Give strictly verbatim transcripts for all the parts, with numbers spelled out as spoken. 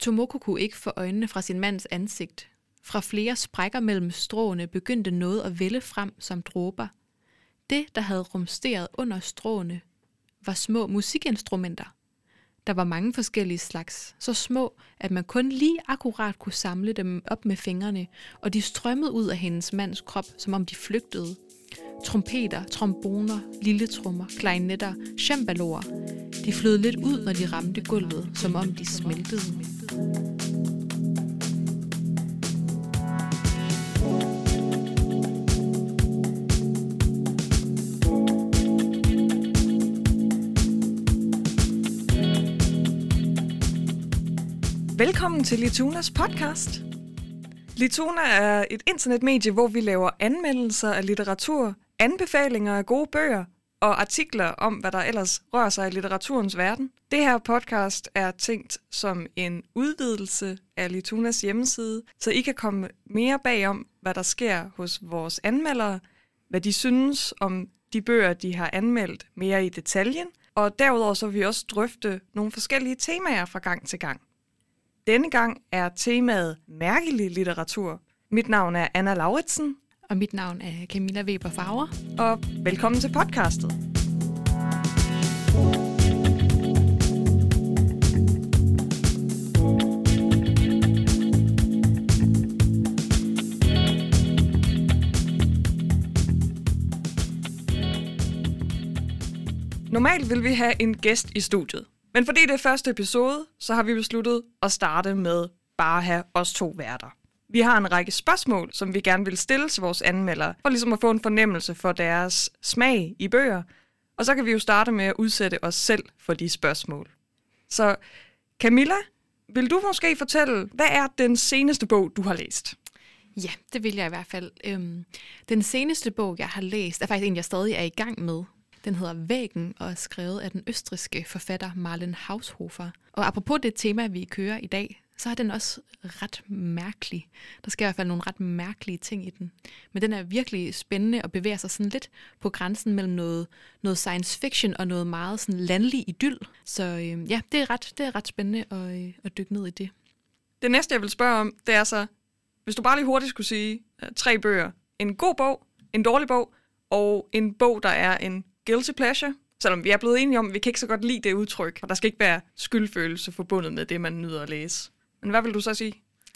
Tomoko kunne ikke få øjnene fra sin mands ansigt. Fra flere sprækker mellem stråene begyndte noget at vælde frem som dråber. Det, der havde rumsteret under stråene, var små musikinstrumenter. Der var mange forskellige slags, så små, at man kun lige akkurat kunne samle dem op med fingrene, og de strømmede ud af hendes mands krop, som om de flygtede. Trompeter, tromboner, lilletrummer, klarinetter, cembaloer. De flød lidt ud, når de ramte gulvet, som om de smeltede. Velkommen til Litunas podcast. Lituna er et internetmedie, hvor vi laver anmeldelser af litteratur, anbefalinger af gode bøger og artikler om, hvad der ellers rører sig i litteraturens verden. Det her podcast er tænkt som en udvidelse af Litunas hjemmeside, så I kan komme mere bagom, hvad der sker hos vores anmeldere, hvad de synes om de bøger, de har anmeldt mere i detaljen, og derudover så vil vi også drøfte nogle forskellige temaer fra gang til gang. Denne gang er temaet mærkelig litteratur. Mit navn er Anna Lauritsen. Og mit navn er Camilla Weber Favre. Og velkommen til podcastet. Normalt vil vi have en gæst i studiet. Men fordi det er første episode, så har vi besluttet at starte med bare at have os to værter. Vi har en række spørgsmål, som vi gerne vil stille til vores anmeldere, for ligesom at få en fornemmelse for deres smag i bøger. Og så kan vi jo starte med at udsætte os selv for de spørgsmål. Så Camilla, vil du måske fortælle, hvad er den seneste bog, du har læst? Ja, det vil jeg i hvert fald. Øhm, den seneste bog, jeg har læst, er faktisk en, jeg stadig er i gang med. Den hedder Væggen og er skrevet af den østrigske forfatter Marlen Haushofer. Og apropos det tema, vi kører i dag, så er den også ret mærkelig. Der sker i hvert fald nogle ret mærkelige ting i den. Men den er virkelig spændende og bevæger sig sådan lidt på grænsen mellem noget, noget science fiction og noget meget sådan landlig idyll. Så øh, ja, det er, ret, det er ret spændende at, øh, at dykke ned i det. Det næste, jeg vil spørge om, det er så, hvis du bare lige hurtigt skulle sige uh, tre bøger. En god bog, en dårlig bog og en bog, der er en guilty pleasure, selvom vi er blevet enige om, at vi kan ikke så godt lide det udtryk, og der skal ikke være skyldfølelse forbundet med det, man nyder at læse. Men hvad vil du så sige?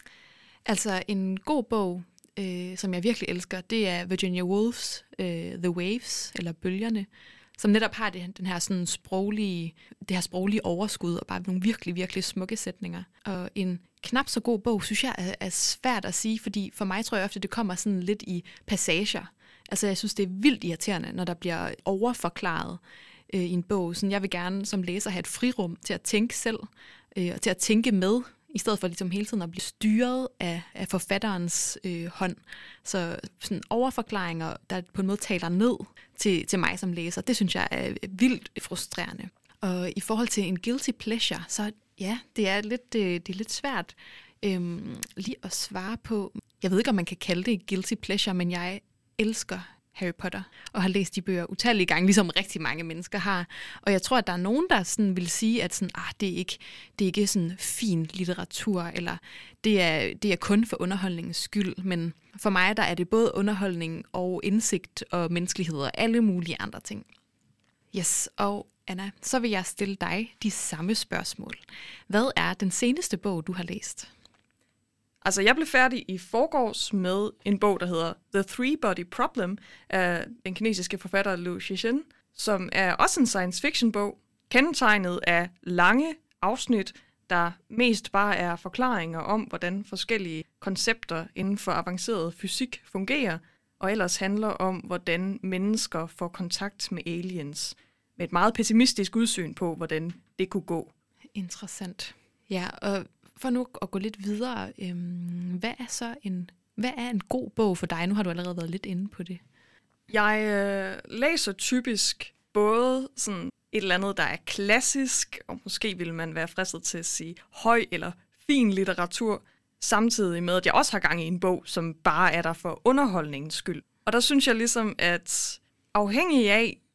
Altså en god bog, øh, som jeg virkelig elsker, det er Virginia Woolfs øh, The Waves, eller Bølgerne, som netop har det, den her sådan sproglige, det her sproglige overskud, og bare nogle virkelig, virkelig smukke sætninger. Og en knap så god bog, synes jeg, er, er svært at sige, fordi for mig tror jeg ofte, det kommer sådan lidt i passager. Altså, jeg synes, det er vildt irriterende, når der bliver overforklaret øh, i en bog. Sådan, jeg vil gerne som læser have et frirum til at tænke selv, øh, og til at tænke med, i stedet for ligesom hele tiden at blive styret af, af forfatterens øh, hånd. Så sådan overforklaringer, der på en måde taler ned til, til mig som læser, det synes jeg er vildt frustrerende. Og i forhold til en guilty pleasure, så ja, det er lidt, det, det er lidt svært øh, lige at svare på. Jeg ved ikke, om man kan kalde det guilty pleasure, men jeg elsker Harry Potter og har læst de bøger utallige gange, ligesom rigtig mange mennesker har. Og jeg tror, at der er nogen, der sådan vil sige, at sådan, ah, det er ikke, det er ikke sådan fin litteratur, eller det er, det er kun for underholdningens skyld. Men for mig, der er det både underholdning og indsigt og menneskelighed og alle mulige andre ting. Yes, og Anna, så vil jeg stille dig de samme spørgsmål. Hvad er den seneste bog, du har læst? Altså, jeg blev færdig i forgårs med en bog, der hedder The Three-Body Problem af den kinesiske forfatter Liu Cixin, som er også en science fiction bog, kendetegnet af lange afsnit, der mest bare er forklaringer om, hvordan forskellige koncepter inden for avanceret fysik fungerer, og ellers handler om, hvordan mennesker får kontakt med aliens, med et meget pessimistisk udsyn på, hvordan det kunne gå. Interessant. Ja, og for nu at gå lidt videre, øhm, hvad er så en, hvad er en god bog for dig? Nu har du allerede været lidt inde på det. Jeg øh, læser typisk både sådan et eller andet, der er klassisk, og måske vil man være fristet til at sige høj eller fin litteratur, samtidig med, at jeg også har gang i en bog, som bare er der for underholdningens skyld. Og der synes jeg ligesom, at afhængig af,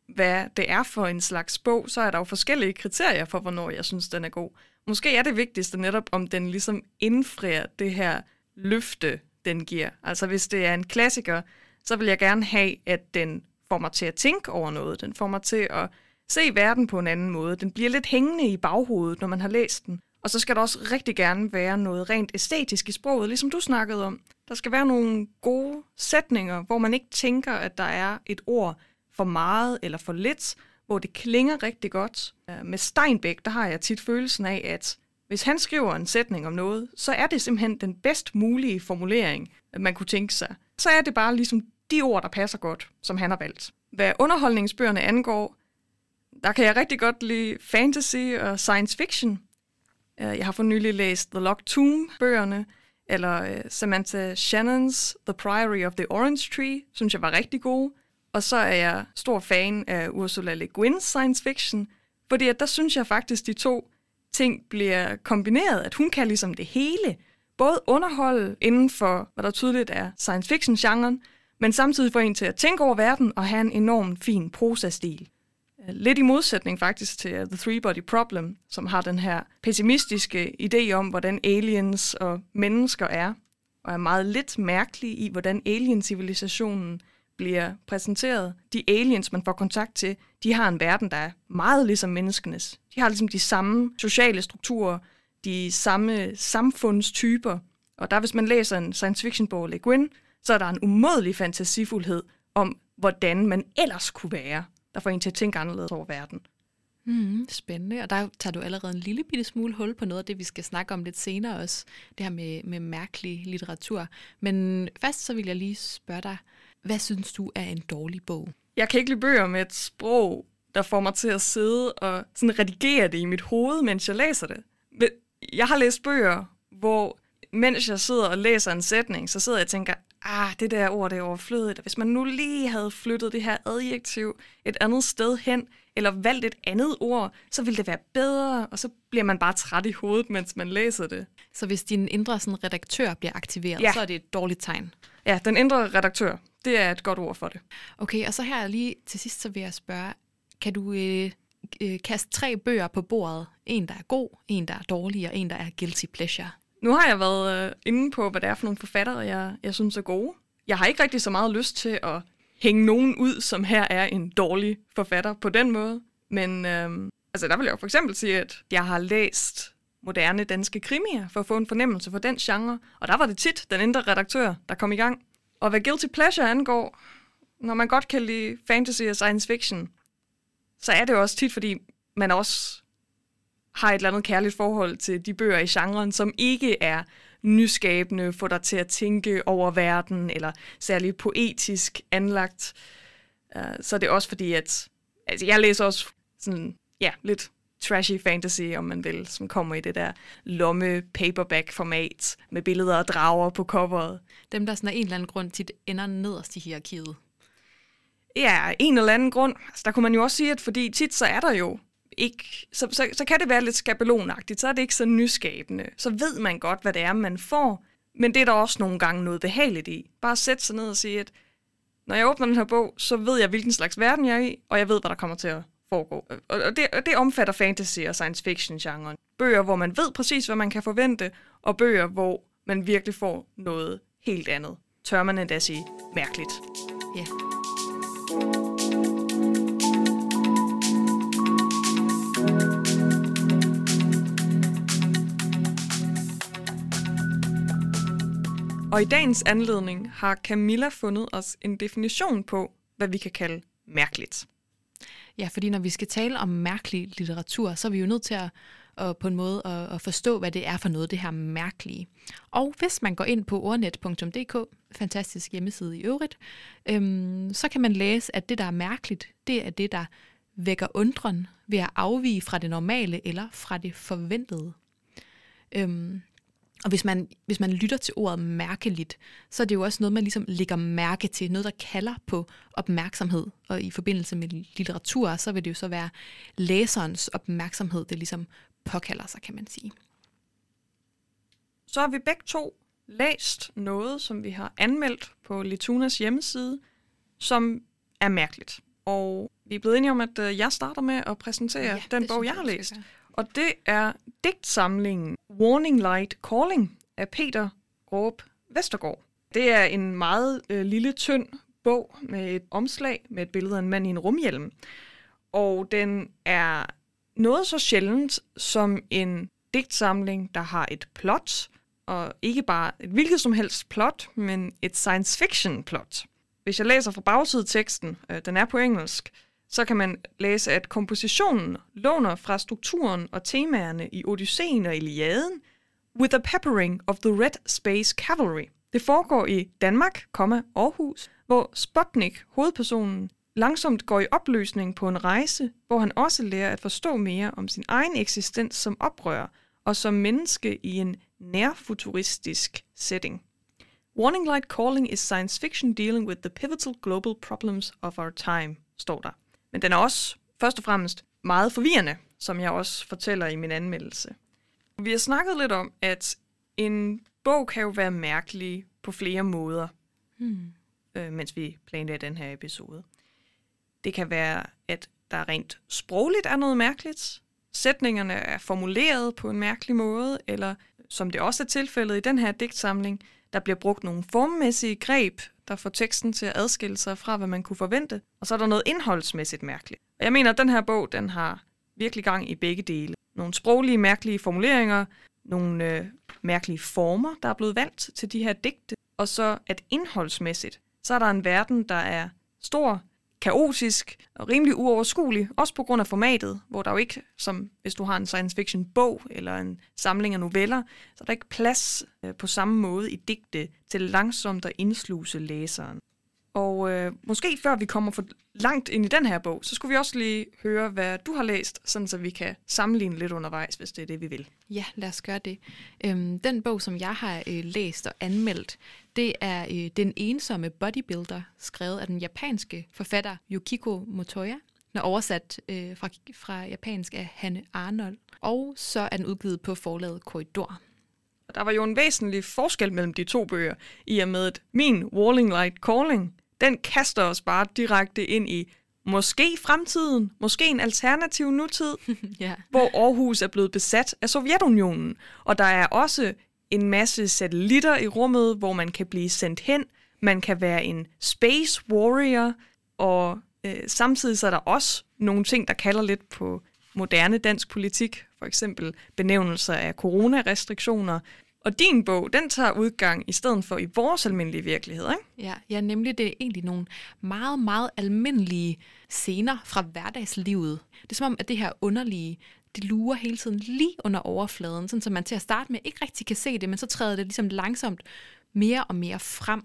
hvad det er for en slags bog, så er der jo forskellige kriterier for, hvornår jeg synes, den er god. Måske er det vigtigste netop, om den ligesom indfrier det her løfte, den giver. Altså hvis det er en klassiker, så vil jeg gerne have, at den får mig til at tænke over noget. Den får mig til at se verden på en anden måde. Den bliver lidt hængende i baghovedet, når man har læst den. Og så skal der også rigtig gerne være noget rent æstetisk i sproget, ligesom du snakkede om. Der skal være nogle gode sætninger, hvor man ikke tænker, at der er et ord for meget eller for lidt, hvor det klinger rigtig godt. Med Steinbeck, der har jeg tit følelsen af, at hvis han skriver en sætning om noget, så er det simpelthen den bedst mulige formulering, man kunne tænke sig. Så er det bare ligesom de ord, der passer godt, som han har valgt. Hvad underholdningsbøgerne angår, der kan jeg rigtig godt lide fantasy og science fiction. Jeg har for nylig læst The Locked Tomb-bøgerne, eller Samantha Shannons The Priory of the Orange Tree, synes jeg var rigtig gode. Og så er jeg stor fan af Ursula Le Guin's science fiction, fordi at der synes jeg faktisk, de to ting bliver kombineret, at hun kan ligesom det hele. Både underholde inden for, hvad der tydeligt er science fiction-genren, men samtidig få en til at tænke over verden og have en enorm fin prosastil. Lidt i modsætning faktisk til The Three-Body Problem, som har den her pessimistiske idé om, hvordan aliens og mennesker er, og er meget lidt mærkelig i, hvordan alien-civilisationen bliver præsenteret. De aliens, man får kontakt til, de har en verden, der er meget ligesom menneskenes. De har ligesom de samme sociale strukturer, de samme samfundstyper. Og der, hvis man læser en science fiction-bog Le Guin, så er der en umådelig fantasifuldhed om, hvordan man ellers kunne være, der får en til at tænke anderledes over verden. Mm, spændende, og der tager du allerede en lille bitte smule hul på noget af det, vi skal snakke om lidt senere også, det her med, med mærkelig litteratur. Men først så vil jeg lige spørge dig, hvad synes du er en dårlig bog? Jeg kan ikke lide bøger med et sprog, der får mig til at sidde og sådan redigere det i mit hoved, mens jeg læser det. Jeg har læst bøger, hvor mens jeg sidder og læser en sætning, så sidder jeg og tænker, ah, det der ord, det er overflødigt. Hvis man nu lige havde flyttet det her adjektiv et andet sted hen, eller valgt et andet ord, så ville det være bedre, og så bliver man bare træt i hovedet, mens man læser det. Så hvis din indre sådan, redaktør bliver aktiveret, ja. Så er det et dårligt tegn? Ja, den indre redaktør, det er et godt ord for det. Okay, og så her lige til sidst, så vil jeg spørge, kan du øh, øh, kaste tre bøger på bordet? En, der er god, en, der er dårlig, og en, der er guilty pleasure. Nu har jeg været øh, inde på, hvad det er for nogle forfattere, jeg, jeg synes er gode. Jeg har ikke rigtig så meget lyst til at hænge nogen ud, som her er en dårlig forfatter på den måde. Men øh, altså, der vil jeg jo for eksempel sige, at jeg har læst moderne danske krimier for at få en fornemmelse for den genre. Og der var det tit den indre redaktør, der kom i gang. Og hvad guilty pleasure angår, når man godt kan lide fantasy og science fiction, så er det jo også tit, fordi man også har et eller andet kærligt forhold til de bøger i genren, som ikke er nyskabende, får dig til at tænke over verden, eller særligt poetisk anlagt. Uh, så er det også fordi, at altså, jeg læser også sådan, ja, lidt trashy fantasy, om man vil, som kommer i det der lomme paperback-format, med billeder af drager på coveret. Dem, der sådan af en eller anden grund tit ender nederst i hierarkiet. Ja, en eller anden grund. Altså, der kunne man jo også sige, at fordi tit så er der jo ikke, så, så, så kan det være lidt skabelonagtigt, så er det ikke så nyskabende. Så ved man godt, hvad det er, man får, men det er der også nogle gange noget behageligt i. Bare sætte sig ned og sige, at når jeg åbner den her bog, så ved jeg, hvilken slags verden jeg er i, og jeg ved, hvad der kommer til at foregå. Og det, det omfatter fantasy og science fiction-genren. Bøger, hvor man ved præcis, hvad man kan forvente, og bøger, hvor man virkelig får noget helt andet. Tør man endda sige mærkeligt. Ja. Yeah. Og i dagens anledning har Camilla fundet os en definition på, hvad vi kan kalde mærkeligt. Ja, fordi når vi skal tale om mærkelig litteratur, så er vi jo nødt til at, at på en måde at, at forstå, hvad det er for noget, det her mærkelige. Og hvis man går ind på ordnet punktum d k, fantastisk hjemmeside i øvrigt, øhm, så kan man læse, at det, der er mærkeligt, det er det, der vækker undren ved at afvige fra det normale eller fra det forventede. Øhm, Og hvis man, hvis man lytter til ordet mærkeligt, så er det jo også noget, man ligesom lægger mærke til. Noget, der kalder på opmærksomhed. Og i forbindelse med litteratur, så vil det jo så være læserens opmærksomhed, det ligesom påkalder sig, kan man sige. Så har vi begge to læst noget, som vi har anmeldt på Litunas hjemmeside, som er mærkeligt. Og Vi er blevet enige om, at øh, jeg starter med at præsentere Ja, den det bog, synes jeg jeg, har du skal læst. gøre. Og det er digtsamlingen Warning Light Calling af Peter Råb Vestergaard. Det er en meget øh, lille, tynd bog med et omslag med et billede af en mand i en rumhjelm. Og den er noget så sjældent som en digtsamling, der har et plot, og ikke bare et hvilket som helst plot, men et science fiction plot. Hvis jeg læser fra bagsideteksten, øh, den er på engelsk, så kan man læse, at kompositionen låner fra strukturen og temaerne i Odysseen og Iliaden, with a peppering of the Red Space Cavalry. Det foregår i Danmark, Aarhus, hvor Sputnik, hovedpersonen, langsomt går i opløsning på en rejse, hvor han også lærer at forstå mere om sin egen eksistens som oprører og som menneske i en nærfuturistisk setting. Warning Light Calling is science fiction dealing with the pivotal global problems of our time, står der. Men den er også først og fremmest meget forvirrende, som jeg også fortæller i min anmeldelse. Vi har snakket lidt om, at en bog kan jo være mærkelig på flere måder, Hmm. øh, mens vi planlægger den her episode. Det kan være, at der rent sprogligt er noget mærkeligt. Sætningerne er formuleret på en mærkelig måde, eller som det også er tilfældet i den her digtsamling, der bliver brugt nogle formmæssige greb, der får teksten til at adskille sig fra, hvad man kunne forvente. Og så er der noget indholdsmæssigt mærkeligt. Og jeg mener, at den her bog, den har virkelig gang i begge dele. Nogle sproglige, mærkelige formuleringer, nogle øh, mærkelige former, der er blevet valgt til de her digte, og så at indholdsmæssigt, så er der en verden, der er stor, kaotisk og rimelig uoverskuelig, også på grund af formatet, hvor der jo ikke, som hvis du har en science fiction bog eller en samling af noveller, så er der ikke plads øh, på samme måde i digte til langsomt at indsluse læseren. Og øh, måske før vi kommer for langt ind i den her bog, så skulle vi også lige høre, hvad du har læst, sådan så vi kan sammenligne lidt undervejs, hvis det er det, vi vil. Ja, lad os gøre det. Øhm, den bog, som jeg har øh, læst og anmeldt, det er øh, Den ensomme bodybuilder, skrevet af den japanske forfatter Yukiko Motoya. Den er oversat øh, fra, fra japansk af Hanne Arnold, og så er den udgivet på forlaget Korridor. Der var jo en væsentlig forskel mellem de to bøger, i og med at min Warning Light Calling, den kaster os bare direkte ind i måske fremtiden, måske en alternativ nutid, Ja. hvor Aarhus er blevet besat af Sovjetunionen. Og der er også en masse satellitter i rummet, hvor man kan blive sendt hen. Man kan være en space warrior, og øh, samtidig så er der også nogle ting, der kalder lidt på moderne dansk politik, for eksempel benævnelser af coronarestriktioner. Og din bog, den tager udgang i stedet for i vores almindelige virkelighed, ikke? Ja, ja, nemlig det er egentlig nogle meget, meget almindelige scener fra hverdagslivet. Det er som om, at det her underlige, det lurer hele tiden lige under overfladen, sådan så man til at starte med ikke rigtig kan se det, men så træder det ligesom langsomt mere og mere frem.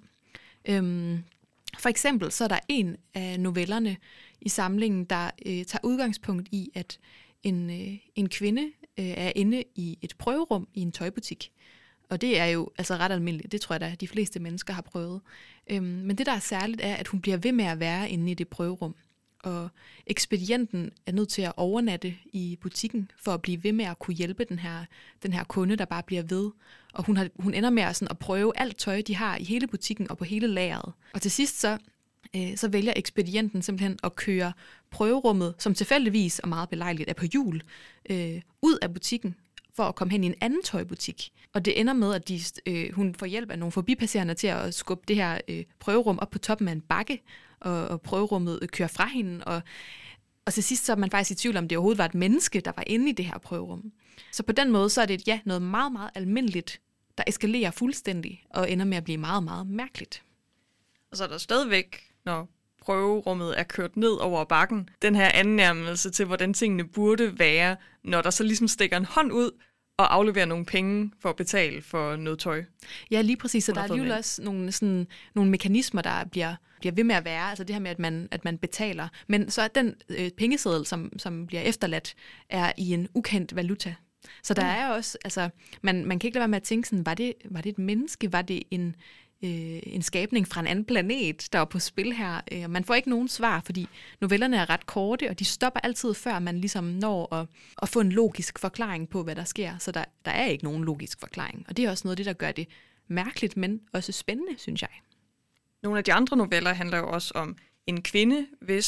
Øhm, for eksempel så er der en af novellerne i samlingen, der øh, tager udgangspunkt i, at en, øh, en kvinde øh, er inde i et prøverum i en tøjbutik. Og det er jo altså ret almindeligt. Det tror jeg da, de fleste mennesker har prøvet. Øhm, men det, der er særligt, er, at hun bliver ved med at være inde i det prøverum. Og ekspedienten er nødt til at overnatte i butikken, for at blive ved med at kunne hjælpe den her, den her kunde, der bare bliver ved. Og hun, har, hun ender med at, sådan, at prøve alt tøj, de har i hele butikken og på hele lageret. Og til sidst så, øh, så vælger ekspedienten simpelthen at køre prøverummet, som tilfældigvis og meget belejligt er på hjul, øh, ud af butikken, for at komme hen i en anden tøjbutik. Og det ender med, at de, øh, hun får hjælp af nogle forbipasserende til at skubbe det her øh, prøverum op på toppen af en bakke, og, og prøverummet øh, kører fra hende. Og, og til sidst så er man faktisk i tvivl om, det overhovedet var et menneske, der var inde i det her prøverum. Så på den måde så er det ja, noget meget, meget almindeligt, der eskalerer fuldstændig, og ender med at blive meget, meget mærkeligt. Og så er der stadigvæk, når prøverummet er kørt ned over bakken, den her annærmelse til, hvordan tingene burde være, når der så ligesom stikker en hånd ud og afleverer nogle penge for at betale for noget tøj. Ja, lige præcis. Så der er alligevel med. også nogle, sådan, nogle mekanismer, der bliver, bliver ved med at være. Altså det her med, at man, at man betaler. Men så er den øh, pengeseddel, som, som bliver efterladt, er i en ukendt valuta. Så der er også, altså, man, man kan ikke lade være med at tænke sådan, var det, var det et menneske? Var det en, øh, en skabning fra en anden planet, der var på spil her? Øh, man får ikke nogen svar, fordi novellerne er ret korte, og de stopper altid, før man ligesom når at, at få en logisk forklaring på, hvad der sker. Så der, der er ikke nogen logisk forklaring. Og det er også noget af det, der gør det mærkeligt, men også spændende, synes jeg. Nogle af de andre noveller handler jo også om en kvinde, hvis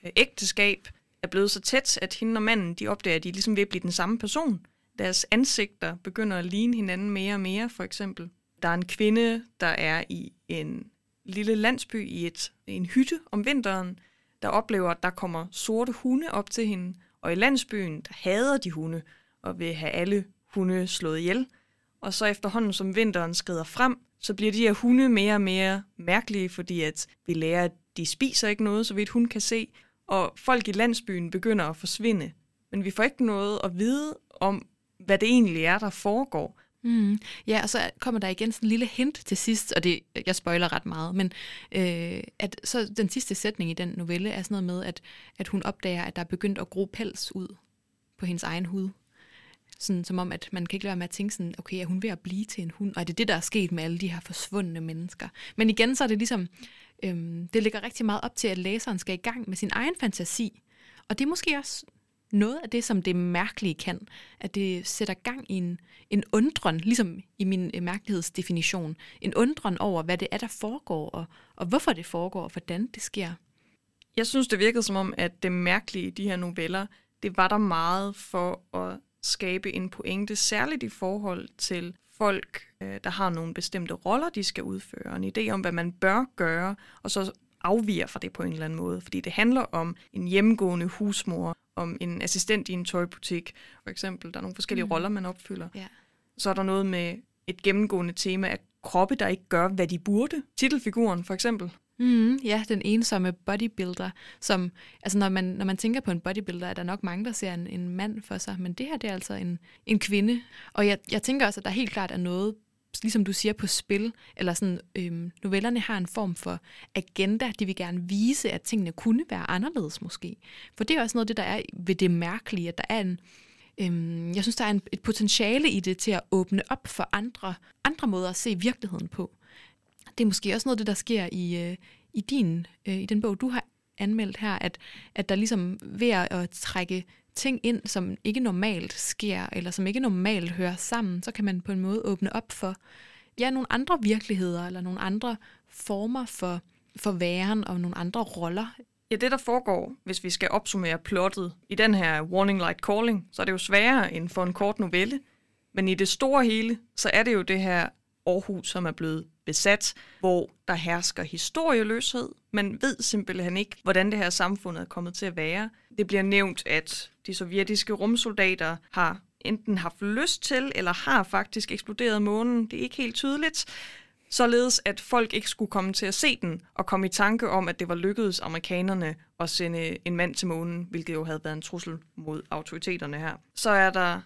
ægteskab er blevet så tæt, at hende og manden, de opdager, at de ligesom vil blive den samme person. Deres ansigter begynder at ligne hinanden mere og mere, for eksempel. Der er en kvinde, der er i en lille landsby i et, en hytte om vinteren, der oplever, at der kommer sorte hunde op til hende. Og i landsbyen, der hader de hunde og vil have alle hunde slået ihjel. Og så efterhånden, som vinteren skrider frem, så bliver de her hunde mere og mere mærkelige, fordi at vi lærer, at de spiser ikke noget, så vidt hun kan se. Og folk i landsbyen begynder at forsvinde. Men vi får ikke noget at vide om, hvad det egentlig er, der foregår. Mm. Ja, og så kommer der igen sådan en lille hint til sidst, og det, jeg spoiler ret meget, men øh, at så den sidste sætning i den novelle er sådan noget med, at, at hun opdager, at der er begyndt at gro pels ud på hendes egen hud. Sådan som om, at man kan ikke lade være med at tænke sådan, okay, er hun ved at blive til en hund? Og er det det, der er sket med alle de her forsvundne mennesker? Men igen, så er det ligesom, øhm, det ligger rigtig meget op til, at læseren skal i gang med sin egen fantasi. Og det er måske også noget af det, som det mærkelige kan, at det sætter gang i en, en undren, ligesom i min øh, mærkelighedsdefinition, en undren over, hvad det er, der foregår, og, og hvorfor det foregår, og hvordan det sker. Jeg synes, det virkede som om, at det mærkelige i de her noveller, det var der meget for at skabe en pointe, særligt i forhold til folk, øh, der har nogle bestemte roller, de skal udføre, en idé om, hvad man bør gøre, og så afviger fra det på en eller anden måde, fordi det handler om en hjemmegående husmor, om en assistent i en tøjbutik, for eksempel. Der er nogle forskellige mm. roller, man opfylder. Ja. Så er der noget med et gennemgående tema af kroppe, der ikke gør, hvad de burde. Titelfiguren, for eksempel. Mm, ja, den ensomme bodybuilder, som, altså når man, når man tænker på en bodybuilder, er der nok mange, der ser en, en mand for sig, men det her, det er altså en, en kvinde. Og jeg, jeg tænker også, at der helt klart er noget, ligesom du siger, på spil, eller sådan, øhm, novellerne har en form for agenda, de vil gerne vise, at tingene kunne være anderledes måske. For det er også noget af det, der er ved det mærkelige, at der er en, øhm, jeg synes, der er en, et potentiale i det til at åbne op for andre, andre måder at se virkeligheden på. Det er måske også noget af det, der sker i, øh, i din, øh, i den bog, du har anmeldt her, at, at der ligesom ved at trække ting ind, som ikke normalt sker, eller som ikke normalt hører sammen, så kan man på en måde åbne op for ja, nogle andre virkeligheder, eller nogle andre former for, for væren, og nogle andre roller. Ja, det der foregår, hvis vi skal opsummere plottet i den her Warning Light Calling, så er det jo sværere end for en kort novelle. Men i det store hele, så er det jo det her Aarhus, som er blevet besat, hvor der hersker historieløshed. Man ved simpelthen ikke, hvordan det her samfund er kommet til at være. Det bliver nævnt, at de sovjetiske rumsoldater har enten haft lyst til, eller har faktisk eksploderet månen. Det er ikke helt tydeligt. Således at folk ikke skulle komme til at se den, og komme i tanke om, at det var lykkedes amerikanerne at sende en mand til månen, hvilket jo havde været en trussel mod autoriteterne her. Så er der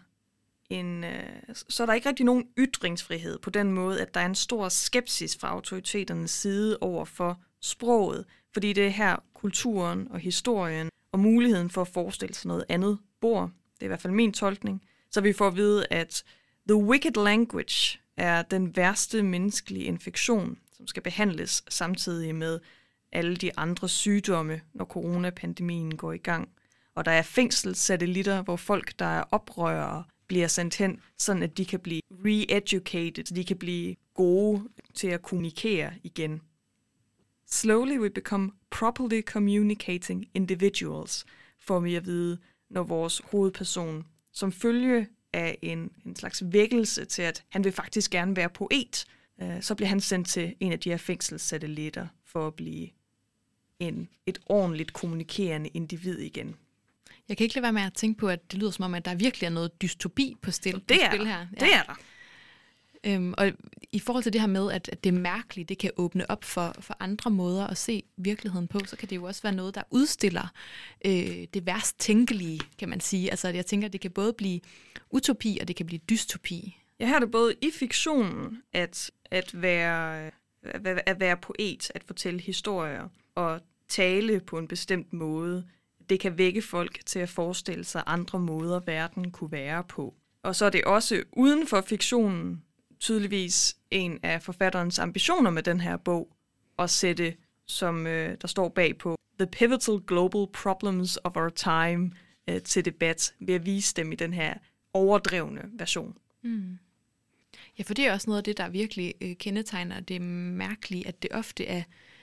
En, øh, så er der ikke rigtig nogen ytringsfrihed på den måde, at der er en stor skepsis fra autoriteternes side over for sproget, fordi det er her kulturen og historien og muligheden for at forestille sig noget andet bor. Det er i hvert fald min tolkning. Så vi får at vide, at the wicked language er den værste menneskelige infektion, som skal behandles samtidig med alle de andre sygdomme, når coronapandemien går i gang. Og der er fængselssatellitter, hvor folk, der er oprørere, bliver sendt hen, sådan at de kan blive re-educated, så de kan blive gode til at kommunikere igen. Slowly we become properly communicating individuals, får vi at vide, når vores hovedperson, som følge af en, en slags vækkelse til, at han vil faktisk gerne være poet, øh, så bliver han sendt til en af de her fængselssatellitter for at blive en, et ordentligt kommunikerende individ igen. Jeg kan ikke lade være med at tænke på, at det lyder som om, at der virkelig er noget dystopi på stil, det på er spil der. her. Ja. Det er der. Øhm, og i forhold til det her med, at, at det er mærkeligt, det kan åbne op for, for andre måder at se virkeligheden på, så kan det jo også være noget, der udstiller øh, det værst tænkelige, kan man sige. Altså jeg tænker, at det kan både blive utopi, og det kan blive dystopi. Ja, her er det både i fiktionen, at, at, være, at være poet, at fortælle historier, og tale på en bestemt måde. Det kan vække folk til at forestille sig andre måder, verden kunne være på. Og så er det også uden for fiktionen tydeligvis en af forfatterens ambitioner med den her bog, at sætte, som øh, der står bagpå, the pivotal global problems of our time øh, til debat, ved at vise dem i den her overdrevne version. Mm. Ja, for det er også noget af det, der virkelig øh, kendetegner det mærkelige, at det ofte er,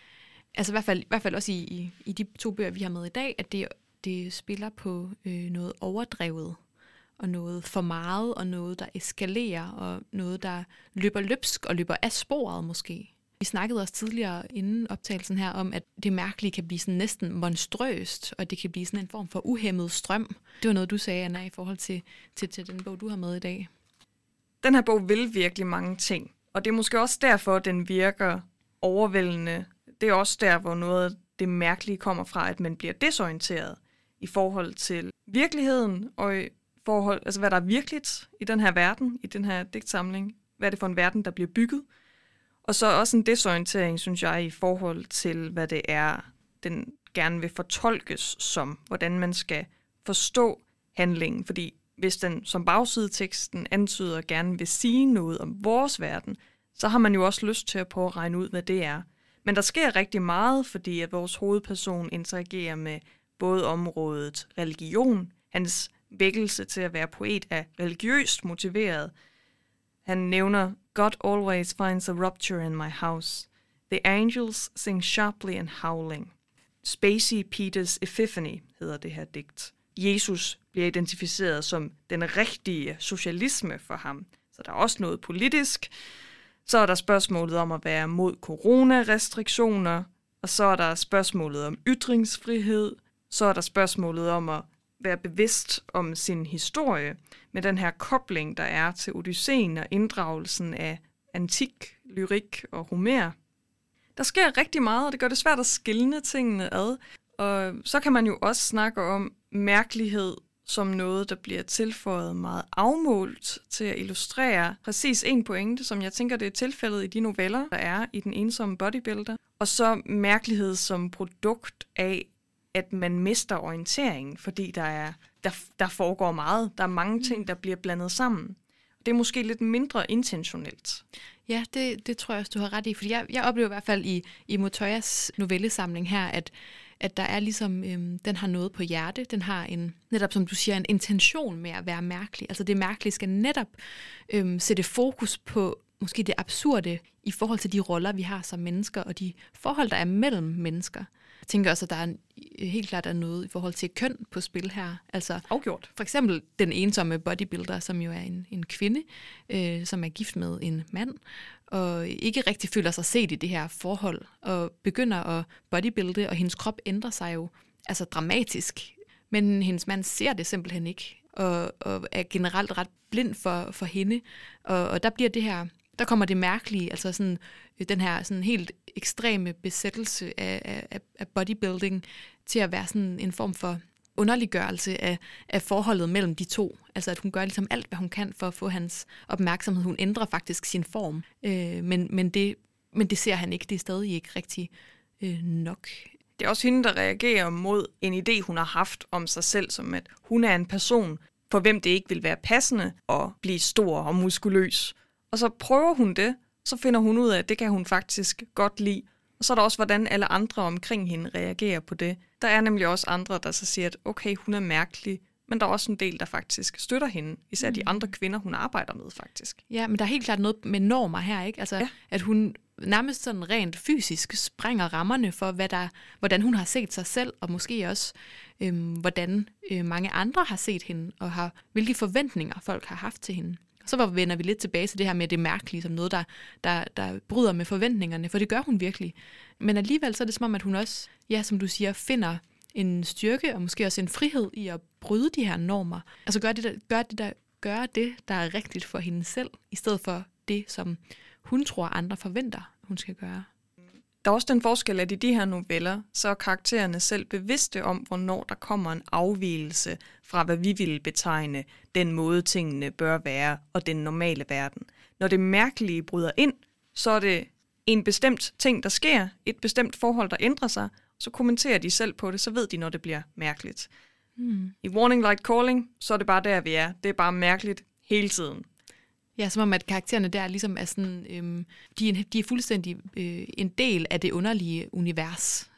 altså i hvert fald, i hvert fald også i, i, i de to bøger, vi har med i dag, at det, det spiller på øh, noget overdrevet, og noget for meget, og noget, der eskalerer, og noget, der løber løbsk og løber af sporet måske. Vi snakkede også tidligere inden optagelsen her om, at det mærkelige kan blive sådan næsten monstrøst, og det kan blive sådan en form for uhæmmet strøm. Det var noget, du sagde, Anna, i forhold til, til, til den bog, du har med i dag. Den her bog vil virkelig mange ting, og det er måske også derfor, at den virker overvældende. Det er også der, hvor noget af det mærkelige kommer fra, at man bliver desorienteret i forhold til virkeligheden, og i forhold, altså hvad der er virkeligt i den her verden, i den her digtsamling. Hvad er det for en verden, der bliver bygget? Og så også en desorientering, synes jeg, i forhold til, hvad det er, den gerne vil fortolkes som, hvordan man skal forstå handlingen. Fordi hvis den som bagsideteksten antyder gerne vil sige noget om vores verden, så har man jo også lyst til at prøve at regne ud, hvad det er. Men der sker rigtig meget, fordi at vores hovedperson interagerer med både området religion, hans vækkelse til at være poet er religiøst motiveret. Han nævner, God always finds a rupture in my house. The angels sing sharply and howling. Spacey Peters Epiphany hedder det her digt. Jesus bliver identificeret som den rigtige socialisme for ham. Så der er også noget politisk. Så er der spørgsmålet om at være mod coronarestriktioner. Og så er der spørgsmålet om ytringsfrihed. Så er der spørgsmålet om at være bevidst om sin historie, med den her kobling, der er til Odysseen og inddragelsen af antik, lyrik og Homer. Der sker rigtig meget, og det gør det svært at skelne tingene ad. Og så kan man jo også snakke om mærkelighed som noget, der bliver tilføjet meget afmålt til at illustrere præcis en pointe, som jeg tænker, det er tilfældet i de noveller, der er i Den ensomme bodybuilder. Og så mærkelighed som produkt af, at man mister orienteringen, fordi der, er, der, der foregår meget. Der er mange ting, der bliver blandet sammen. Det er måske lidt mindre intentionelt. Ja, det, det tror jeg også, du har ret i. Fordi jeg, jeg oplever i hvert fald i, i Montoyas novellesamling her, at, at der er ligesom, øhm, den har noget på hjerte. Den har en, netop som du siger, en intention med at være mærkelig. Altså det mærkelige skal netop øhm, sætte fokus på måske det absurde i forhold til de roller, vi har som mennesker, og de forhold, der er mellem mennesker. Jeg tænker også, at der er en, helt klart er noget i forhold til køn på spil her. Altså, afgjort. For eksempel den ensomme bodybuilder, som jo er en, en kvinde, øh, som er gift med en mand, og ikke rigtig føler sig set i det her forhold, og begynder at bodybuilde, og hendes krop ændrer sig jo altså dramatisk. Men hendes mand ser det simpelthen ikke, og, og er generelt ret blind for, for hende. Og, og der bliver det her... Der kommer det mærkelige, altså sådan, den her sådan helt ekstreme besættelse af, af, af bodybuilding til at være sådan en form for underliggørelse af, af forholdet mellem de to. Altså at hun gør ligesom alt, hvad hun kan for at få hans opmærksomhed. Hun ændrer faktisk sin form, øh, men, men, det, men det ser han ikke. Det er stadig ikke rigtig øh, nok. Det er også hende, der reagerer mod en idé, hun har haft om sig selv, som at hun er en person, for hvem det ikke vil være passende at blive stor og muskuløs. Og så prøver hun det, så finder hun ud af, at det kan hun faktisk godt lide. Og så er der også, hvordan alle andre omkring hende reagerer på det. Der er nemlig også andre, der så siger, at okay, hun er mærkelig, men der er også en del, der faktisk støtter hende. Især de andre kvinder, hun arbejder med, faktisk. Ja, men der er helt klart noget med normer her, ikke? Altså, ja. At hun nærmest sådan rent fysisk sprænger rammerne for, hvad der, hvordan hun har set sig selv, og måske også, øhm, hvordan øh, mange andre har set hende, og har, hvilke forventninger folk har haft til hende. Så vender vi lidt tilbage til det her med det mærkelige, som noget, der, der, der bryder med forventningerne, for det gør hun virkelig. Men alligevel så er det som om, at hun også, ja, som du siger, finder en styrke og måske også en frihed i at bryde de her normer. Altså gøre det, der, gør det, der, gøre det, der er rigtigt for hende selv, i stedet for det, som hun tror, andre forventer, hun skal gøre. Der er også den forskel, at i de her noveller, så er karaktererne selv bevidste om, hvornår der kommer en afvigelse fra, hvad vi ville betegne den måde, tingene bør være, og den normale verden. Når det mærkelige bryder ind, så er det en bestemt ting, der sker, et bestemt forhold, der ændrer sig, så kommenterer de selv på det, så ved de, når det bliver mærkeligt. Hmm. I Warning Light Calling, så er det bare der, vi er. Det er bare mærkeligt hele tiden. Ja, som om at karaktererne der ligesom er sådan, øhm, de, er, de er fuldstændig øh, en del af det underlige univers.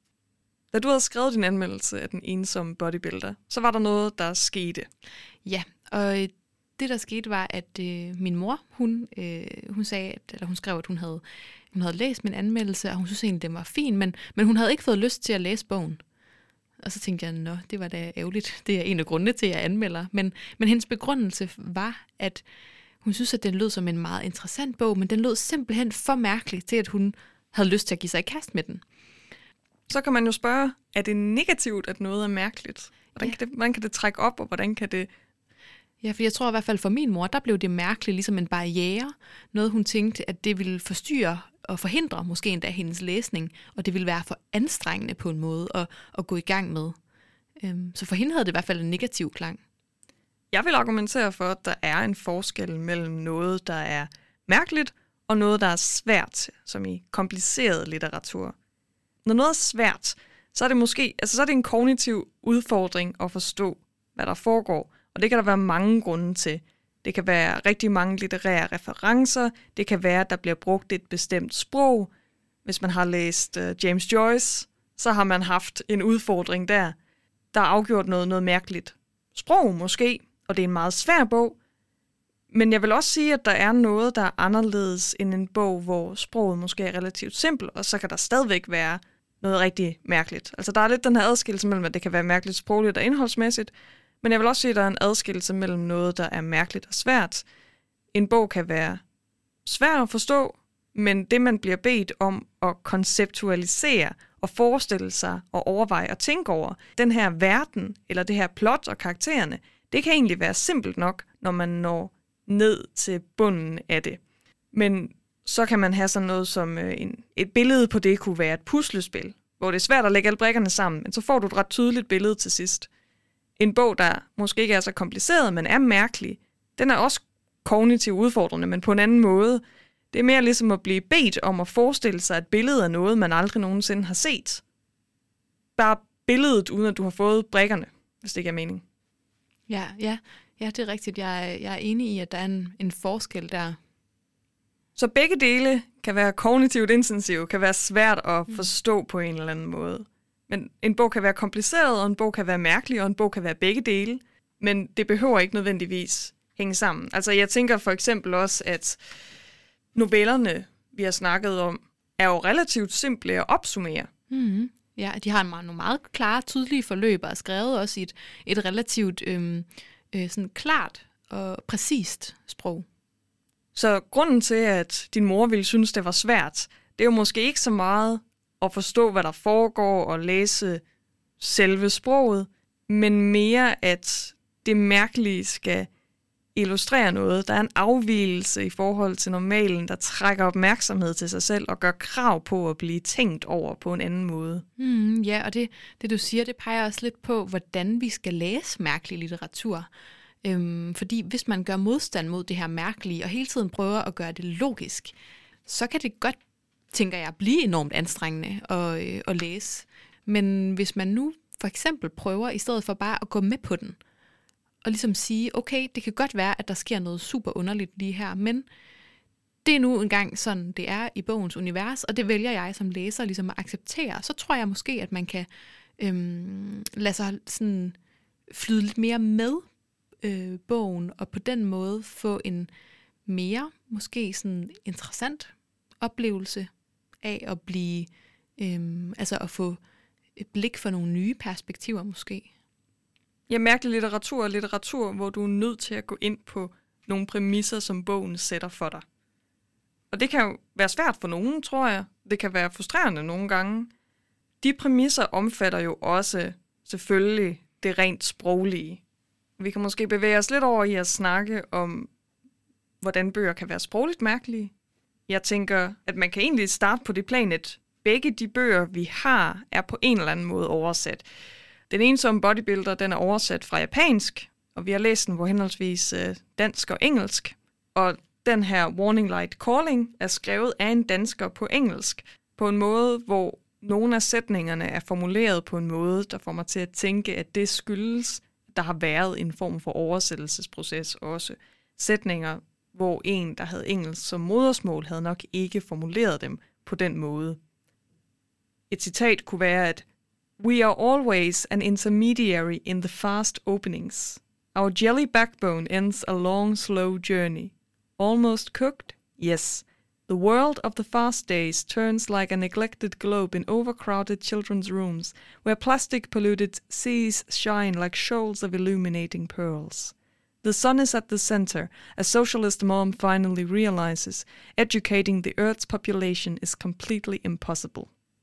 Da du havde skrevet din anmeldelse af Den ensomme bodybuilder, så var der noget, der skete. Ja, og det der skete var, at øh, min mor, hun, øh, hun sagde, at, eller hun skrev, at hun havde, hun havde læst min anmeldelse, og hun synes egentlig, den var fin, men, men hun havde ikke fået lyst til at læse bogen. Og så tænkte jeg, nå, det var da ærgerligt. Det er en af grundene til, at jeg anmelder. Men, men hendes begrundelse var, at hun synes, at den lød som en meget interessant bog, men den lød simpelthen for mærkelig til, at hun havde lyst til at give sig i kast med den. Så kan man jo spørge, er det negativt, at noget er mærkeligt? Hvordan, ja. kan, det, hvordan kan det trække op, og hvordan kan det... Ja, for jeg tror i hvert fald for min mor, der blev det mærkeligt, ligesom en barriere. Noget, hun tænkte, at det ville forstyrre og forhindre måske endda hendes læsning, og det ville være for anstrengende på en måde at, at gå i gang med. Så for hende havde det i hvert fald en negativ klang. Jeg vil argumentere for, at der er en forskel mellem noget, der er mærkeligt, og noget, der er svært, som i kompliceret litteratur. Når noget er svært, så er det måske, altså så er det en kognitiv udfordring at forstå, hvad der foregår. Og det kan der være mange grunde til. Det kan være rigtig mange litterære referencer. Det kan være, at der bliver brugt et bestemt sprog. Hvis man har læst uh, James Joyce, så har man haft en udfordring der. Der er afgjort noget, noget mærkeligt sprog måske, og det er en meget svær bog. Men jeg vil også sige, at der er noget, der er anderledes end en bog, hvor sproget måske er relativt simpelt, og så kan der stadigvæk være noget rigtig mærkeligt. Altså der er lidt den her adskillelse mellem, at det kan være mærkeligt sprogligt og indholdsmæssigt, men jeg vil også sige, at der er en adskillelse mellem noget, der er mærkeligt og svært. En bog kan være svær at forstå, men det, man bliver bedt om at konceptualisere og forestille sig og overveje og tænke over, den her verden eller det her plot og karaktererne, det kan egentlig være simpelt nok, når man når ned til bunden af det. Men så kan man have sådan noget som en, et billede på det kunne være et puslespil, hvor det er svært at lægge alle brikkerne sammen, men så får du et ret tydeligt billede til sidst. En bog, der måske ikke er så kompliceret, men er mærkelig, den er også kognitivt udfordrende, men på en anden måde. Det er mere ligesom at blive bedt om at forestille sig et billede af noget, man aldrig nogensinde har set. Bare billedet, uden at du har fået brikkerne, hvis det ikke er mening. Ja, ja, ja, det er rigtigt. Jeg, jeg er enig i, at der er en, en forskel der. Så begge dele kan være kognitivt intensive, kan være svært at forstå på en eller anden måde. Men en bog kan være kompliceret, og en bog kan være mærkelig, og en bog kan være begge dele. Men det behøver ikke nødvendigvis hænge sammen. Altså jeg tænker for eksempel også, at novellerne, vi har snakket om, er jo relativt simple at opsummere. Mm-hmm. Ja, de har nogle meget klare, tydelige forløb, og er skrevet også i et, et relativt øhm, øh, sådan klart og præcist sprog. Så grunden til, at din mor ville synes, det var svært, det er jo måske ikke så meget at forstå, hvad der foregår og læse selve sproget, men mere, at det mærkelige skal illustrere noget. Der er en afvigelse i forhold til normalen, der trækker opmærksomhed til sig selv og gør krav på at blive tænkt over på en anden måde. Mm, ja, og det, det du siger, det peger også lidt på, hvordan vi skal læse mærkelig litteratur. Øhm, fordi hvis man gør modstand mod det her mærkelige, og hele tiden prøver at gøre det logisk, så kan det godt, tænker jeg, blive enormt anstrengende at, øh, at læse. Men hvis man nu for eksempel prøver, i stedet for bare at gå med på den, og ligesom sige, okay, det kan godt være, at der sker noget super underligt lige her, men det er nu engang sådan, det er i bogens univers, og det vælger jeg som læser ligesom at acceptere. Så tror jeg måske, at man kan øhm, lade sig sådan flyde lidt mere med øh, bogen, og på den måde få en mere, måske sådan interessant oplevelse af at blive, øhm, altså at få et blik for nogle nye perspektiver måske. Ja, mærkelig litteratur er litteratur, hvor du er nødt til at gå ind på nogle præmisser, som bogen sætter for dig. Og det kan jo være svært for nogen, tror jeg. Det kan være frustrerende nogle gange. De præmisser omfatter jo også selvfølgelig det rent sproglige. Vi kan måske bevæge os lidt over i at snakke om, hvordan bøger kan være sprogligt mærkelige. Jeg tænker, at man kan egentlig starte på det plan, at begge de bøger, vi har, er på en eller anden måde oversat. Den ensomme bodybuilder, den er oversat fra japansk, og vi har læst den på henholdsvis dansk og engelsk. Og den her Warning Light Calling er skrevet af en dansker på engelsk, på en måde, hvor nogle af sætningerne er formuleret på en måde, der får mig til at tænke, at det skyldes, der har været en form for oversættelsesproces også. Sætninger, hvor en, der havde engelsk som modersmål, havde nok ikke formuleret dem på den måde. Et citat kunne være, at "We are always an intermediary in the fast openings. Our jelly backbone ends a long, slow journey. Almost cooked? Yes. The world of the fast days turns like a neglected globe in overcrowded children's rooms, where plastic-polluted seas shine like shoals of illuminating pearls. The sun is at the center, a socialist mom finally realizes educating the Earth's population is completely impossible.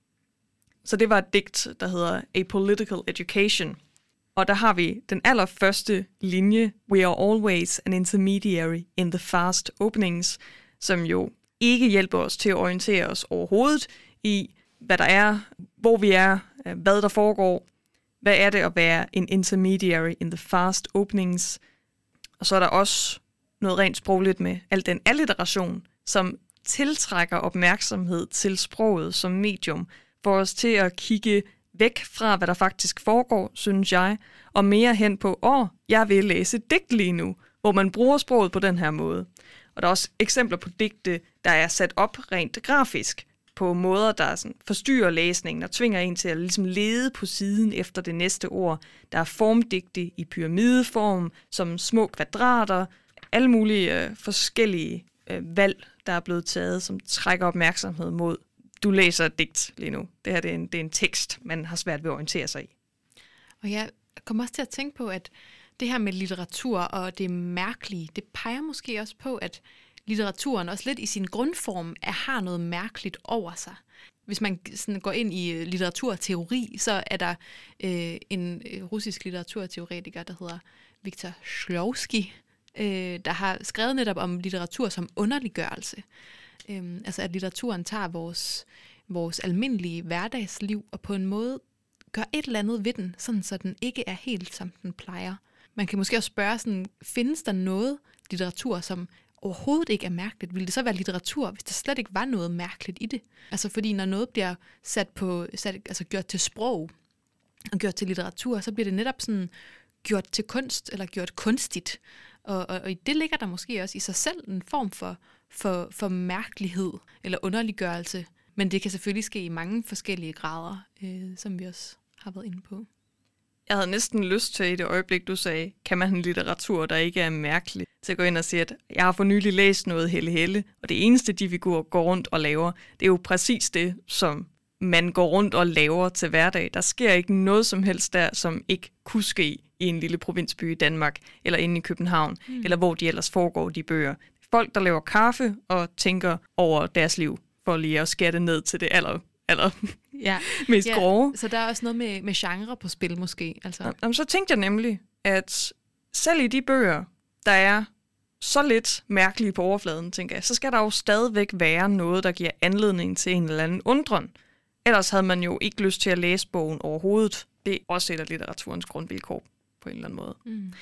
Så det var et digt, der hedder A Political Education. Og der har vi den allerførste linje, We are always an intermediary in the fast openings, som jo ikke hjælper os til at orientere os overhovedet i, hvad der er, hvor vi er, hvad der foregår. Hvad er det at være en intermediary in the fast openings? Og så er der også noget rent sprogligt med al den alliteration, som tiltrækker opmærksomhed til sproget som medium, for os til at kigge væk fra, hvad der faktisk foregår, synes jeg, og mere hen på, åh, jeg vil læse digt lige nu, hvor man bruger sproget på den her måde. Og der er også eksempler på digte, der er sat op rent grafisk, på måder, der sådan forstyrrer læsningen og tvinger en til at ligesom lede på siden efter det næste ord. Der er formdigte i pyramideform, som små kvadrater, alle mulige øh, forskellige øh, valg, der er blevet taget, som trækker opmærksomhed mod. Du læser et digt lige nu. Det her det er, en, det er en tekst, man har svært ved at orientere sig i. Og jeg kommer også til at tænke på, at det her med litteratur og det mærkelige, det peger måske også på, at litteraturen også lidt i sin grundform er, har noget mærkeligt over sig. Hvis man sådan går ind i litteraturteori, så er der øh, en russisk litteraturteoretiker, der hedder Viktor Shklovsky, øh, der har skrevet netop om litteratur som underliggørelse. Øh, altså at litteraturen tager vores, vores almindelige hverdagsliv og på en måde gør et eller andet ved den, sådan så den ikke er helt som den plejer. Man kan måske også spørge, sådan, findes der noget litteratur, som overhovedet ikke er mærkeligt? Ville det så være litteratur, hvis der slet ikke var noget mærkeligt i det? Altså fordi når noget bliver sat på, sat, altså gjort til sprog og gjort til litteratur, så bliver det netop sådan gjort til kunst eller gjort kunstigt. Og, og, og i det ligger der måske også i sig selv en form for, for, for mærkelighed eller underliggørelse. Men det kan selvfølgelig ske i mange forskellige grader, øh, som vi også har været inde på. Jeg havde næsten lyst til i det øjeblik, du sagde, kan man have en litteratur, der ikke er mærkelig, til at gå ind og sige, at jeg har for nylig læst noget Helle Helle, og det eneste, de figurer går rundt og laver, det er jo præcis det, som man går rundt og laver til hverdag. Der sker ikke noget som helst der, som ikke kunne ske i en lille provinsby i Danmark, eller inde i København, mm. eller hvor de ellers foregår de bøger. Folk, der laver kaffe og tænker over deres liv, for lige at skære det ned til det aller, aller ja. mest ja, grove. Så der er også noget med, med genre på spil måske. Altså. Jamen, så tænkte jeg nemlig, at selv i de bøger, der er så lidt mærkelige på overfladen, tænker jeg, så skal der jo stadigvæk være noget, der giver anledning til en eller anden undren. Ellers havde man jo ikke lyst til at læse bogen overhovedet. Det er også et af litteraturens grundvilkår på en eller anden måde. Mm.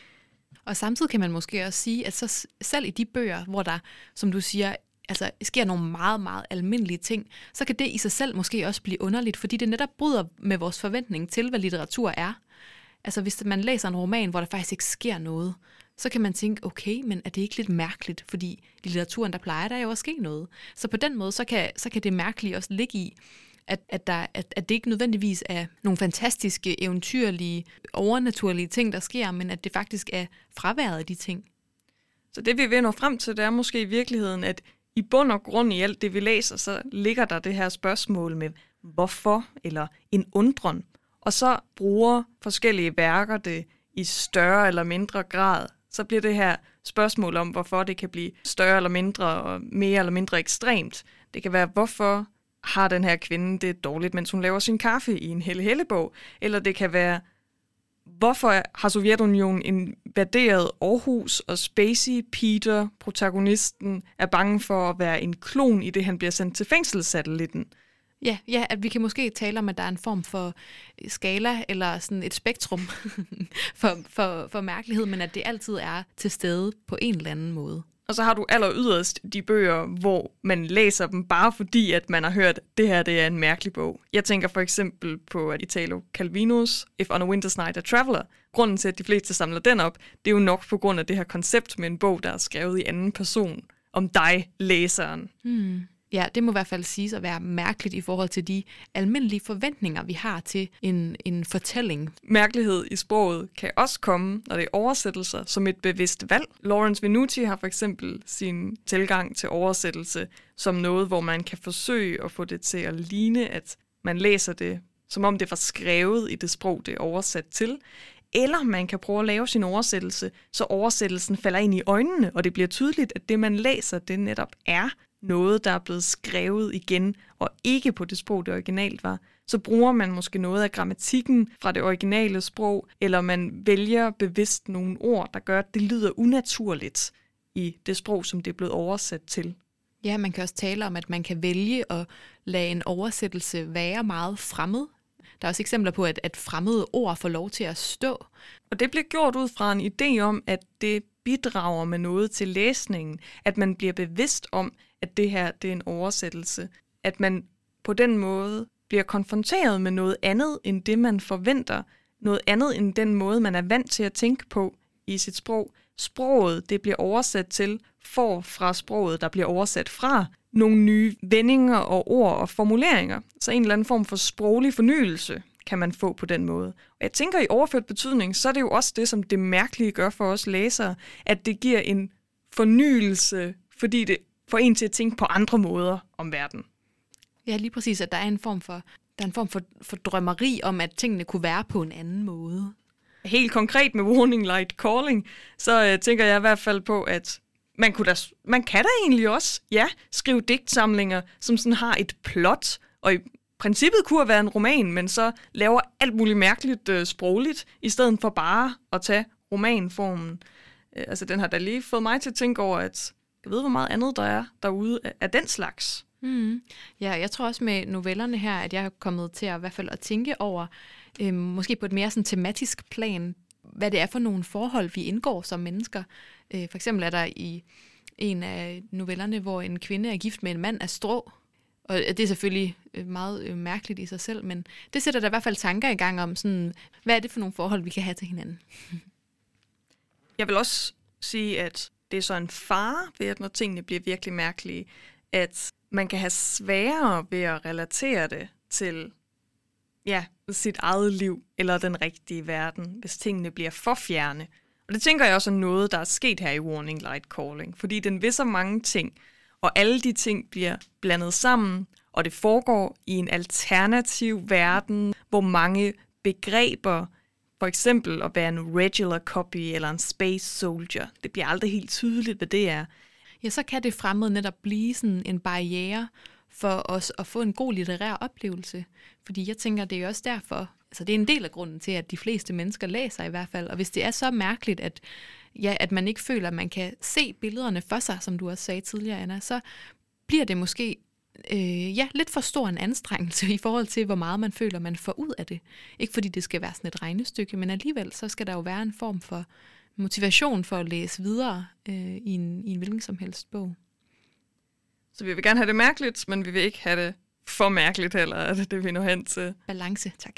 Og samtidig kan man måske også sige, at så selv i de bøger, hvor der, som du siger, altså sker nogle meget, meget almindelige ting, så kan det i sig selv måske også blive underligt, fordi det netop bryder med vores forventning til, hvad litteratur er. Altså hvis man læser en roman, hvor der faktisk ikke sker noget, så kan man tænke, okay, men er det ikke lidt mærkeligt? Fordi i litteraturen, der plejer der jo at ske noget. Så på den måde, så kan, så kan det mærkelige også ligge i, at, at, der, at, at det ikke nødvendigvis er nogle fantastiske, eventyrlige, overnaturlige ting, der sker, men at det faktisk er fraværet af de ting. Så det vi vil nå frem til, det er måske i virkeligheden, at i bund og grund i alt det, vi læser, så ligger der det her spørgsmål med hvorfor, eller en undren. Og så bruger forskellige værker det i større eller mindre grad. Så bliver det her spørgsmål om, hvorfor det kan blive større eller mindre, og mere eller mindre ekstremt. Det kan være, hvorfor har den her kvinde det dårligt, mens hun laver sin kaffe i en Helle Helle-bog? Eller det kan være, hvorfor har Sovjetunionen invaderet Aarhus, og Spacey, Peter, protagonisten, er bange for at være en klon i det, han bliver sendt til fængselssatellitten? Ja, ja, at vi kan måske tale om, at der er en form for skala eller sådan et spektrum for, for, for mærkelighed, men at det altid er til stede på en eller anden måde. Og så har du aller yderst de bøger, hvor man læser dem bare fordi, at man har hørt, at det her det er en mærkelig bog. Jeg tænker for eksempel på Italo Calvinos If on a Winter's Night a Traveler. Grunden til, at de fleste samler den op, det er jo nok på grund af det her koncept med en bog, der er skrevet i anden person om dig, læseren. Hmm. Ja, det må i hvert fald siges at være mærkeligt i forhold til de almindelige forventninger, vi har til en, en fortælling. Mærkelighed i sproget kan også komme, når det er oversættelser, som et bevidst valg. Lawrence Venuti har for eksempel sin tilgang til oversættelse som noget, hvor man kan forsøge at få det til at ligne, at man læser det, som om det var skrevet i det sprog, det er oversat til. Eller man kan prøve at lave sin oversættelse, så oversættelsen falder ind i øjnene, og det bliver tydeligt, at det, man læser, det netop er noget, der er blevet skrevet igen, og ikke på det sprog, det originalt var. Så bruger man måske noget af grammatikken fra det originale sprog, eller man vælger bevidst nogle ord, der gør, at det lyder unaturligt i det sprog, som det er blevet oversat til. Ja, man kan også tale om, at man kan vælge at lade en oversættelse være meget fremmed. Der er også eksempler på, at, at fremmede ord får lov til at stå. Og det bliver gjort ud fra en idé om, at det bidrager med noget til læsningen. At man bliver bevidst om, at det her det er en oversættelse. At man på den måde bliver konfronteret med noget andet, end det man forventer. Noget andet end den måde, man er vant til at tænke på i sit sprog. Sproget, det bliver oversat til, får fra sproget, der bliver oversat fra, nogle nye vendinger og ord og formuleringer. Så en eller anden form for sproglig fornyelse kan man få på den måde. Og jeg tænker, i overført betydning, så er det jo også det, som det mærkelige gør for os læsere, at det giver en fornyelse, fordi det får en til at tænke på andre måder om verden. Ja, lige præcis, at der er en form for, der er en form for, for drømmeri om, at tingene kunne være på en anden måde. Helt konkret med Warning Light Calling, så øh, tænker jeg i hvert fald på, at man, kunne da, man kan da egentlig også, ja, skrive digtsamlinger, som sådan har et plot, og i princippet kunne være en roman, men så laver alt muligt mærkeligt øh, sprogligt, i stedet for bare at tage romanformen. Øh, altså, den har da lige fået mig til at tænke over, at jeg ved, hvor meget andet der er derude af, af den slags. Mm. Ja, jeg tror også med novellerne her, at jeg er kommet til at, i hvert fald at tænke over, øh, måske på et mere sådan tematisk plan, hvad det er for nogle forhold, vi indgår som mennesker. Øh, for eksempel er der i en af novellerne, hvor en kvinde er gift med en mand af strå. Og det er selvfølgelig meget mærkeligt i sig selv, men det sætter der i hvert fald tanker i gang om, sådan, hvad er det for nogle forhold, vi kan have til hinanden. Jeg vil også sige, at det er så en fare ved, at når tingene bliver virkelig mærkelige, at man kan have sværere ved at relatere det til ja, sit eget liv eller den rigtige verden, hvis tingene bliver for fjerne. Og det tænker jeg også er noget, der er sket her i Warning Light Calling, fordi den vil så mange ting, og alle de ting bliver blandet sammen, og det foregår i en alternativ verden, hvor mange begreber, for eksempel at være en regular copy eller en space soldier, det bliver aldrig helt tydeligt, hvad det er. Ja, så kan det fremmede netop blive sådan en barriere for os at få en god litterær oplevelse. Fordi jeg tænker, det er også derfor, altså det er en del af grunden til, at de fleste mennesker læser i hvert fald. Og hvis det er så mærkeligt, at, ja, at man ikke føler, at man kan se billederne for sig, som du også sagde tidligere, Anna, så bliver det måske øh, ja, lidt for stor en anstrengelse i forhold til, hvor meget man føler, man får ud af det. Ikke fordi det skal være sådan et regnestykke, men alligevel så skal der jo være en form for motivation for at læse videre øh, i, en, i en hvilken som helst bog. Så vi vil gerne have det mærkeligt, men vi vil ikke have det for mærkeligt heller, er det det, vi når hen til. Balance, tak.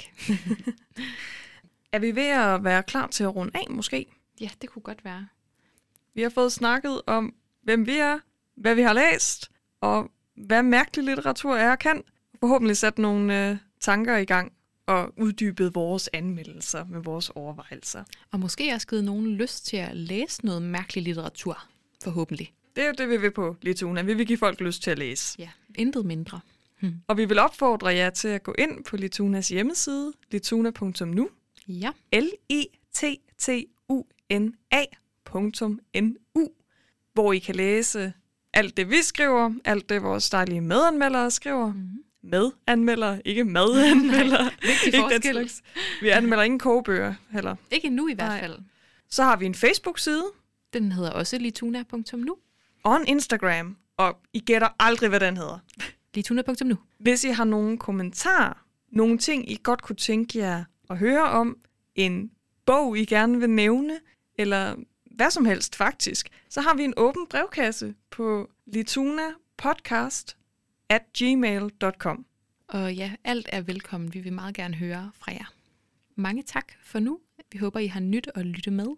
Er vi ved at være klar til at runde af, måske? Ja, det kunne godt være. Vi har fået snakket om, hvem vi er, hvad vi har læst, og hvad mærkelig litteratur er og kan. Forhåbentlig sat nogle øh, tanker i gang og uddybet vores anmeldelser med vores overvejelser. Og måske også givet nogen lyst til at læse noget mærkelig litteratur, forhåbentlig. Det er jo det, vi vil på Lituna. Vi vil give folk lyst til at læse. Ja, intet mindre. Hmm. Og vi vil opfordre jer til at gå ind på Litunas hjemmeside, lituna punktum nu. Ja. L I T T U N A punktum N U, hvor I kan læse alt det, vi skriver, alt det, vores dejlige medanmeldere skriver. Mm-hmm. Medanmeldere, ikke madanmeldere. Vigtig forskel. Vi anmelder ingen kogebøger heller. Ikke nu i hvert Nej. fald. Så har vi en Facebook-side. Den hedder også lituna punktum nu. Og en Instagram. Og I gætter aldrig, hvad den hedder. lituna punktum nu. Hvis I har nogle kommentarer, nogle ting, I godt kunne tænke jer at høre om, en bog, I gerne vil nævne, eller hvad som helst faktisk, så har vi en åben brevkasse på litunapodcast at gmail punktum com. Og ja, alt er velkommen. Vi vil meget gerne høre fra jer. Mange tak for nu. Vi håber, I har nyt at lytte med.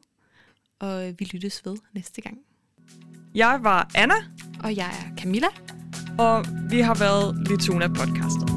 Og vi lyttes ved næste gang. Jeg var Anna. Og jeg er Camilla. og vi har været Lituna Podcastet.